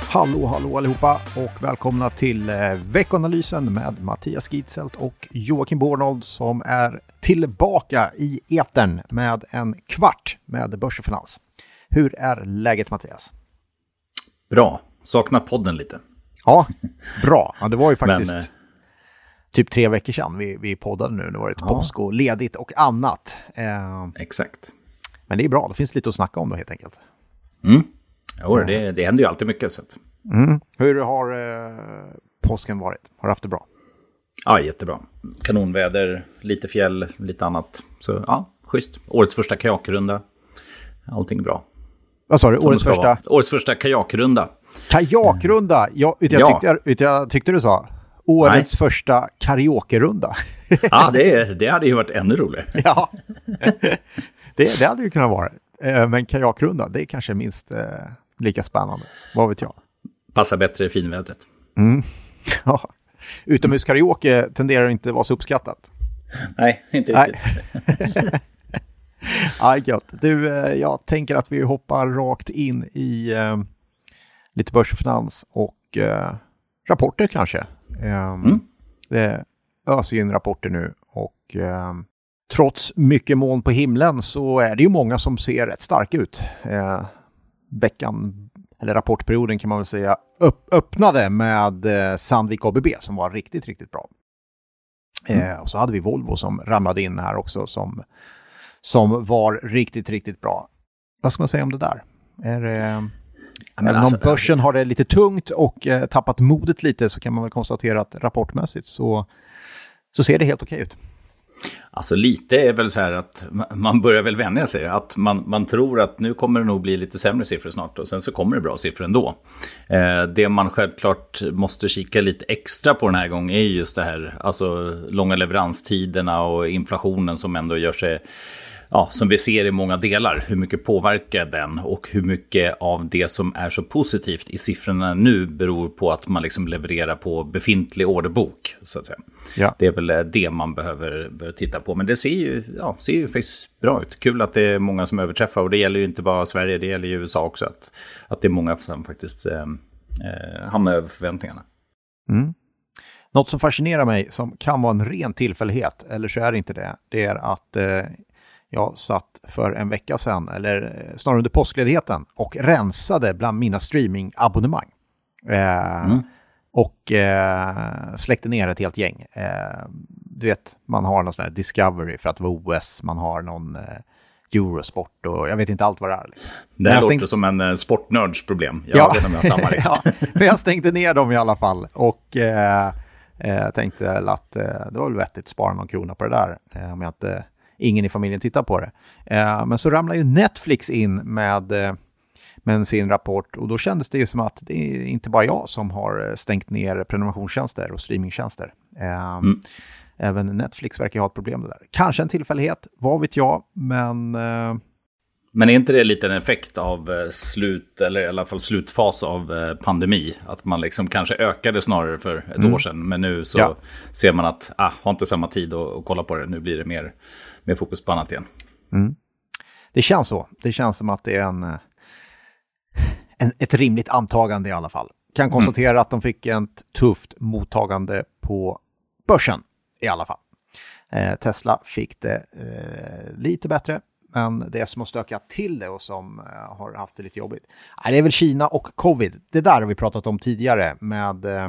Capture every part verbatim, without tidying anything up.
Hallå, hallå allihopa och välkomna till eh, veckanalysen med Mattias Gitzelt och Joakim Bornold som är tillbaka i etern med en kvart med Börs och Finans. Hur är läget, Mattias? Bra, saknar podden lite. Ja, bra. Ja, det var ju faktiskt Men, typ tre veckor sedan vi, vi poddade nu. Det var ett ja. påsk och ledigt och annat. Eh, Exakt. men det är bra, det finns lite att snacka om då helt enkelt. Mm. Jo, det, det händer ju alltid mycket. Så att... mm. Hur har eh, påsken varit? Har du haft det bra? Ja, jättebra. Kanonväder, lite fjäll, lite annat. Så ja, schysst. Årets första kajakrunda. Allting bra. Vad sa du? Årets första? Vara. Årets första kajakrunda. Kajakrunda? Jag, jag, Ja. tyckte, jag tyckte du sa. Årets Nej. första karaoke-runda. Ja, det, det hade ju varit ännu roligare. Ja, det, det hade ju kunnat vara. Men kajakrunda, det är kanske minst eh, lika spännande. Vad vet jag? Passar bättre i finvädret. Mm. Ja. Utomhuskaraoke tenderar inte att vara så uppskattat. Nej, inte riktigt. Nej. Aj, gott. Du, jag tänker att vi hoppar rakt in i eh, lite börs och finans och eh, rapporter kanske. Eh, mm. Det öser in rapporter nu och eh, trots mycket moln på himlen så är det ju många som ser rätt starka ut. Eh, veckan, eller rapportperioden kan man väl säga, upp, öppnade med eh, Sandvik A B B som var riktigt, riktigt bra. Eh, mm. Och så hade vi Volvo som ramlade in här också som som var riktigt, riktigt bra. Vad ska man säga om det där? Är det, ja, även alltså, om börsen har det lite tungt och eh, tappat modet lite så kan man väl konstatera att rapportmässigt så, så ser det helt okej ut. Alltså lite är väl så här att man börjar väl vänja sig. Att man, man tror att nu kommer det nog bli lite sämre siffror snart och sen så kommer det bra siffror ändå. Eh, det man självklart måste kika lite extra på den här gången är just det här. Alltså långa leveranstiderna och inflationen som ändå gör sig... Ja, som vi ser i många delar, hur mycket påverkar den och hur mycket av det som är så positivt i siffrorna nu beror på att man liksom levererar på befintlig orderbok, så att säga. Ja. Det är väl det man behöver, behöver titta på, men det ser ju, ja, ser ju faktiskt bra ut. Kul att det är många som överträffar och det gäller ju inte bara Sverige, det gäller ju U S A också, att, att det är många som faktiskt eh, hamnar över förväntningarna. Mm. Något som fascinerar mig som kan vara en ren tillfällighet, eller så är det inte det, det är att eh, jag satt för en vecka sedan, eller snarare under påskledigheten, och rensade bland mina streamingabonnemang. Eh, mm. Och eh, släckte ner ett helt gäng. Eh, du vet, man har någon sån här Discovery för att det var O S, man har någon eh, Eurosport och jag vet inte allt vad det är. Det här låter stängde... som en eh, sportnörds problem. Jag ja, vet om jag har samma ja, men jag stängde ner dem i alla fall och eh, eh, tänkte att eh, det var väl vettigt att spara någon krona på det där. Eh, om jag inte... Ingen i familjen tittar på det. Eh, men så ramlar ju Netflix in med, eh, med sin rapport. Och då kändes det ju som att det är inte bara jag som har stängt ner prenumerationstjänster och streamingtjänster. Eh, mm. Även Netflix verkar ha ett problem med det där. Kanske en tillfällighet, vad vet jag. Men, eh... men är inte det lite en effekt av slut, eller i alla fall slutfas av pandemi? Att man liksom kanske ökade snarare för ett mm. år sedan. Men nu så ja. ser man att, ah, har inte samma tid att, att kolla på det. Nu blir det mer... med fokus på annat igen. Mm. Det känns så. Det känns som att det är en, en, ett rimligt antagande i alla fall. Kan konstatera mm. att de fick ett tufft mottagande på börsen i alla fall. Eh, Tesla fick det eh, lite bättre, men det som har stökat till det och som eh, har haft det lite jobbigt. Eh, det är väl Kina och covid. Det där har vi pratat om tidigare med, eh,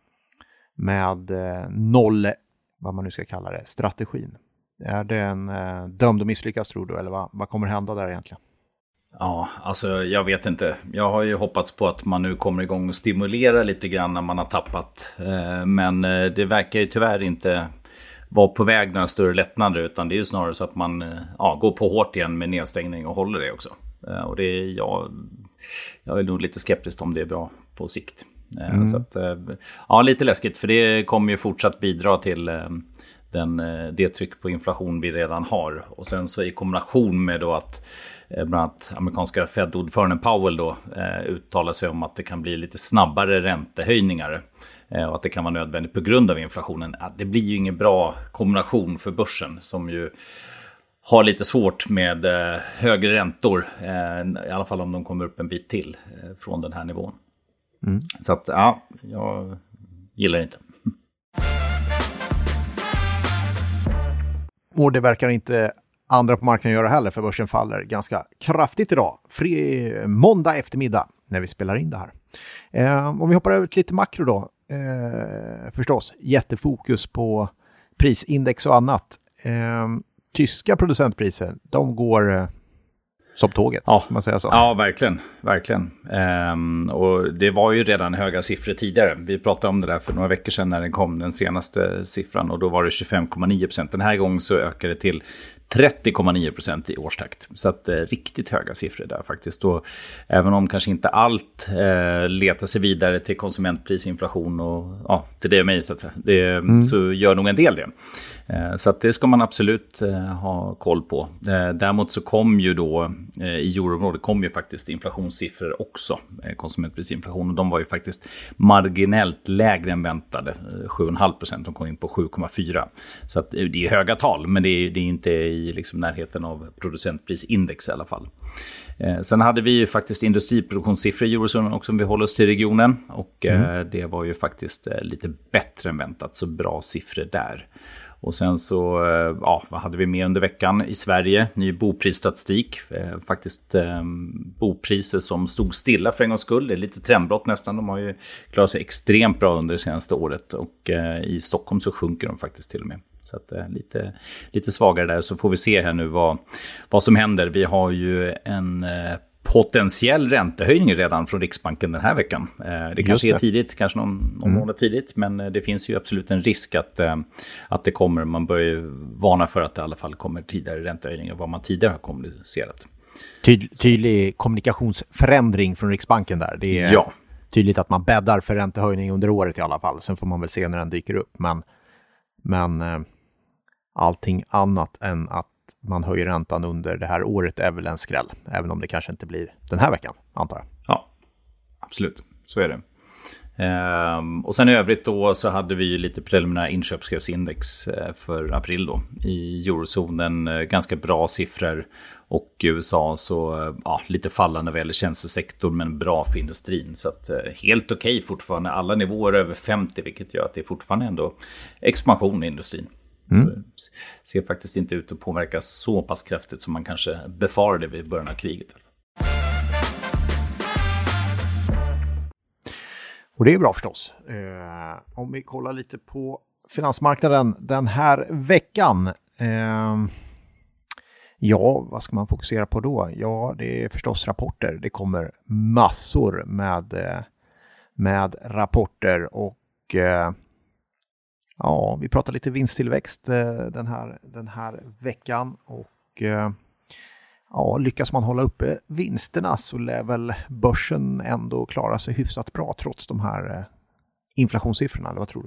med eh, noll, vad man nu ska kalla det, strategin. Är det en eh, dömd och misslyckas tror du? Eller vad, vad kommer hända där egentligen? Ja, alltså jag vet inte. Jag har ju hoppats på att man nu kommer igång och stimulera lite grann när man har tappat. Eh, men eh, det verkar ju tyvärr inte vara på väg några större lättnader. Utan det är ju snarare så att man eh, ja, går på hårt igen med nedstängning och håller det också. Eh, och det är jag, jag är nog lite skeptisk om det är bra på sikt. Eh, mm. Så att, eh, ja, lite läskigt. För det kommer ju fortsatt bidra till... Eh, Den, det tryck på inflation vi redan har. Och sen så i kombination med då att eh, bland annat amerikanska Fed-ordföranden Powell då eh, uttalar sig om att det kan bli lite snabbare räntehöjningar eh, och att det kan vara nödvändigt på grund av inflationen. Ja, det blir ju ingen bra kombination för börsen som ju har lite svårt med eh, högre räntor, eh, i alla fall om de kommer upp en bit till eh, från den här nivån. Mm. Så att, ja, jag gillar det inte. Och det verkar inte andra på marknaden göra heller, för börsen faller ganska kraftigt idag. Fri, måndag eftermiddag när vi spelar in det här. Eh, om vi hoppar över till lite makro då. Eh, förstås, jättefokus på prisindex och annat. Eh, tyska producentpriser, de går eh, som tåget, ja. Kan man säga så. Ja, verkligen. verkligen. Um, och det var ju redan höga siffror tidigare. Vi pratade om det där för några veckor sedan när den kom, den senaste siffran. Och då var det tjugofem komma nio procent. Den här gången så ökar det till trettio komma nio procent i årstakt. Så att eh, riktigt höga siffror där faktiskt. Och även om kanske inte allt eh, letar sig vidare till konsumentprisinflation och ja, till det och mig så att säga. Det, mm. Så gör nog en del det. Eh, så att det ska man absolut eh, ha koll på. Eh, däremot så kom ju då eh, i euroområdet kom ju faktiskt inflationssiffror också. Eh, konsumentprisinflation. Och de var ju faktiskt marginellt lägre än väntade. Eh, sju komma fem procent. De kom in på sju komma fyra. Så att det är höga tal, men det är, det är inte i liksom närheten av producentprisindex i alla fall. Eh, sen hade vi ju faktiskt industriproduktionssiffror i eurozonen också om vi håller oss till regionen. Och mm. eh, det var ju faktiskt eh, lite bättre än väntat, så bra siffror där. Och sen så, eh, ja, vad hade vi med under veckan i Sverige? Ny boprisstatistik. Eh, faktiskt eh, bopriser som stod stilla för en gångs skull. Det är lite trendbrott nästan. De har ju klarat sig extremt bra under det senaste året. Och eh, i Stockholm så sjunker de faktiskt till och med. Så att eh, lite, lite svagare där, så får vi se här nu vad, vad som händer. Vi har ju en eh, potentiell räntehöjning redan från Riksbanken den här veckan. Eh, det kanske är tidigt, kanske någon, någon mm. månad tidigt, men eh, det finns ju absolut en risk att, eh, att det kommer. Man bör ju varna för att det i alla fall kommer tidigare räntehöjningar än vad man tidigare har kommunicerat. Tyd, tydlig kommunikationsförändring från Riksbanken där. Det är ja. tydligt att man bäddar för räntehöjning under året i alla fall. Sen får man väl se när den dyker upp, men Men eh, allting annat än att man höjer räntan under det här året är väl en skräll. Även om det kanske inte blir den här veckan, antar jag. Ja, absolut. Så är det. Ehm, och sen i övrigt då så hade vi ju lite preliminära inköpschefsindex eh, för april då. I eurozonen eh, ganska bra siffror. Och i U S A så eh, ja, lite fallande vad gäller tjänstesektorn, men bra för industrin. Så att, eh, helt okej okay fortfarande. Alla nivåer över femtio, vilket gör att det är fortfarande ändå expansion i industrin. Mm. Så det ser faktiskt inte ut att påverka så pass kraftigt som man kanske befarade vid början av kriget. Och det är bra förstås. Eh, om vi kollar lite på finansmarknaden den här veckan. Eh, ja, vad ska man fokusera på då? Ja, det är förstås rapporter. Det kommer massor med, med rapporter och eh, ja, vi pratar lite vinsttillväxt eh, den, här, den här veckan och eh, ja, lyckas man hålla uppe vinsterna så lär väl börsen ändå klara sig hyfsat bra trots de här eh, inflationssiffrorna, eller vad tror du?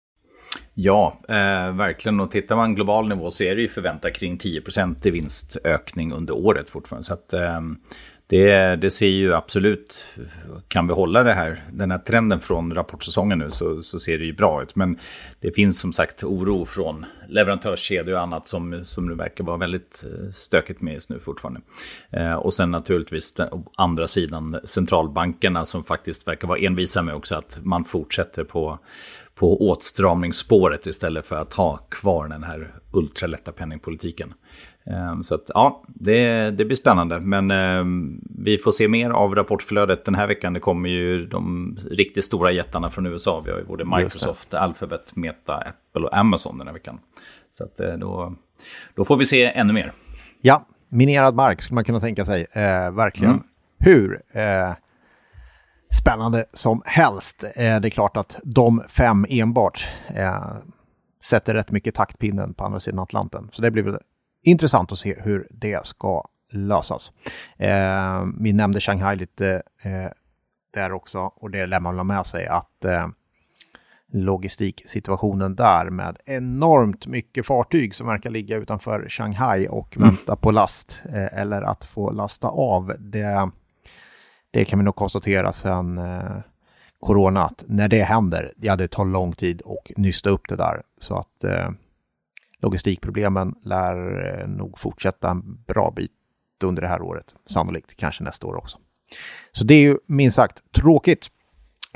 Ja, eh, verkligen. Och tittar man global nivå så är det ju förväntat kring tio procent i vinstökning under året fortfarande. Så att eh, det, det ser ju absolut, kan vi hålla det här, den här trenden från rapportsäsongen nu så, så ser det ju bra ut. Men det finns som sagt oro från leverantörskedjor och annat som, som nu verkar vara väldigt stökigt med just nu fortfarande. Eh, och sen naturligtvis den andra sidan centralbankerna som faktiskt verkar vara envisa med också att man fortsätter på på åtstramningsspåret istället för att ha kvar den här ultralätta penningpolitiken. Så att ja, det, det blir spännande. Men eh, vi får se mer av rapportflödet den här veckan. Det kommer ju de riktigt stora jättarna från U S A. Vi har ju både Microsoft, Alphabet, Meta, Apple och Amazon den här veckan. Så att eh, då, då får vi se ännu mer. Ja, minerad mark skulle man kunna tänka sig. Eh, verkligen. Mm. Hur eh, spännande som helst. Eh, det är klart att de fem enbart eh, sätter rätt mycket taktpinnen på andra sidan Atlanten. Så det blir väl intressant att se hur det ska lösas. Eh, vi nämnde Shanghai lite eh, där också och det lär man med sig att eh, logistiksituationen där med enormt mycket fartyg som verkar ligga utanför Shanghai och mm. vänta på last eh, eller att få lasta av. Det, det kan vi nog konstatera sen eh, corona att när det händer, ja det tar lång tid att nysta upp det där. Så att eh, logistikproblemen lär eh, nog fortsätta en bra bit under det här året. Sannolikt kanske nästa år också. Så det är ju minst sagt tråkigt.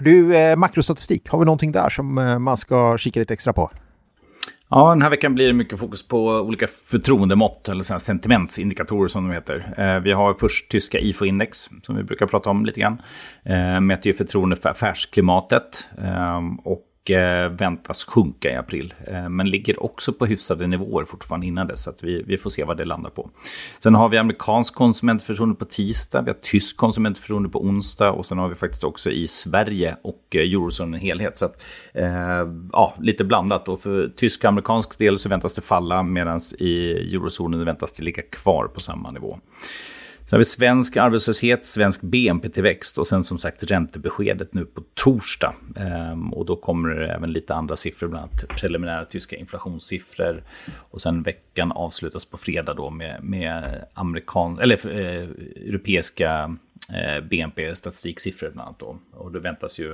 Du, eh, makrostatistik, har vi någonting där som eh, man ska kika lite extra på? Ja, den här veckan blir det mycket fokus på olika förtroendemått eller så här sentimentsindikatorer som de heter. Eh, vi har först tyska I F O-index som vi brukar prata om lite grann. Eh, mäter ju förtroende för affärsklimatet eh, och eh, väntas sjunka i april. Eh, men ligger också på hyfsade nivåer fortfarande innan det, så att vi, vi får se vad det landar på. Sen har vi amerikansk konsumentförtroende på tisdag, vi har tysk konsumentförtroende på onsdag och sen har vi faktiskt också i Sverige och eh, eurozonen i helhet. Så att, eh, ja, lite blandat. Och för tysk och amerikansk del så väntas det falla, medan i eurozonen väntas det ligga kvar på samma nivå. Så har vi svensk arbetslöshet, svensk B N P-tillväxt och sen som sagt räntebeskedet nu på torsdag. Ehm, och då kommer det även lite andra siffror, bland annat preliminära tyska inflationssiffror. Och sen veckan avslutas på fredag då med, med amerikan, eller, eh, europeiska eh, B N P-statistiksiffror bland annat då. Och det väntas ju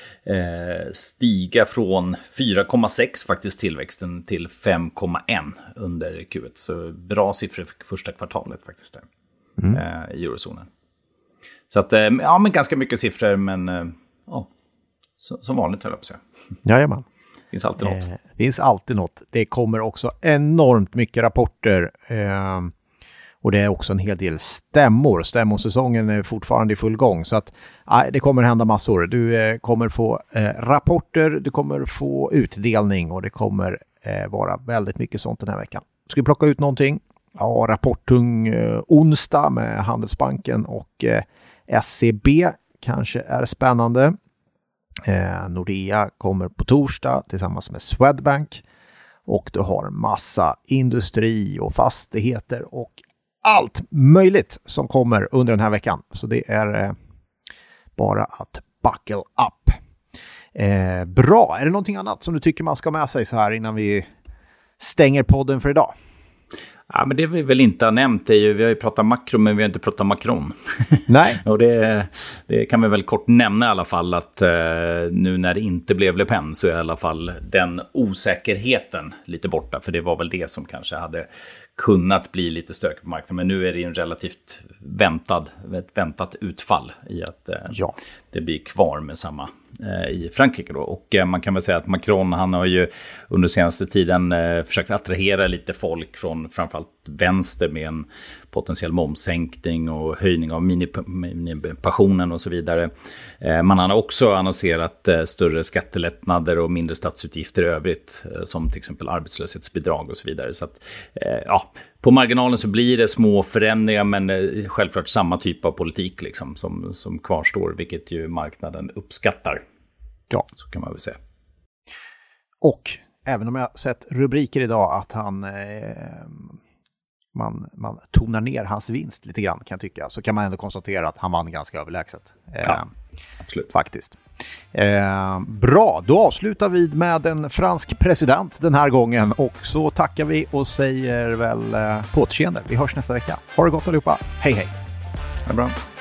eh, stiga från fyra komma sex faktiskt tillväxten till fem komma ett under Q ett. Så bra siffror för första kvartalet faktiskt där. Mm. I eurozonen. Så att, ja, men ganska mycket siffror, men ja, som vanligt höll jag på att säga. Jajamän. Finns alltid något. Eh, finns alltid något. Det kommer också enormt mycket rapporter eh, och det är också en hel del stämmor. Stämmosäsongen är fortfarande i full gång, så att eh, det kommer hända massor. Du eh, kommer få eh, rapporter, du kommer få utdelning och det kommer eh, vara väldigt mycket sånt den här veckan. Ska vi plocka ut någonting? Ja, rapportung eh, onsdag med Handelsbanken och eh, S C B kanske är spännande. Eh, Nordea kommer på torsdag tillsammans med Swedbank. Och du har massa industri och fastigheter och allt möjligt som kommer under den här veckan. Så det är eh, bara att buckle up. Eh, bra, är det någonting annat som du tycker man ska med sig så här innan vi stänger podden för idag? Ja, men det vi väl inte har nämnt är ju, vi har ju pratat makro men vi har inte pratat Macron. Nej. Och det, det kan vi väl kort nämna i alla fall, att eh, nu när det inte blev Le Pen så är i alla fall den osäkerheten lite borta. För det var väl det som kanske hade kunnat bli lite stök på marknaden. Men nu är det en relativt väntad, ett väntat utfall i att eh, ja. det blir kvar med samma i Frankrike då. Och man kan väl säga att Macron, han har ju under senaste tiden eh, försökt attrahera lite folk från framförallt vänster med en potentiell momssänkning och höjning av minipensionen och så vidare. Eh, man har också annonserat eh, större skattelättnader och mindre statsutgifter i övrigt, eh, som till exempel arbetslöshetsbidrag och så vidare. Så att, eh, ja, på marginalen så blir det små förändringar, men eh, självklart samma typ av politik liksom, som, som kvarstår, vilket ju marknaden uppskattar. Ja, så kan man väl säga. Och även om jag sett rubriker idag att han eh, man, man tonar ner hans vinst lite grann, kan jag tycka, så kan man ändå konstatera att han vann ganska överlägset. Eh, ja, absolut. Faktiskt. Eh, bra, då avslutar vi med en fransk president den här gången och så tackar vi och säger väl eh, på återseende. Vi hörs nästa vecka. Ha det gott allihopa. Hej hej. Det är bra.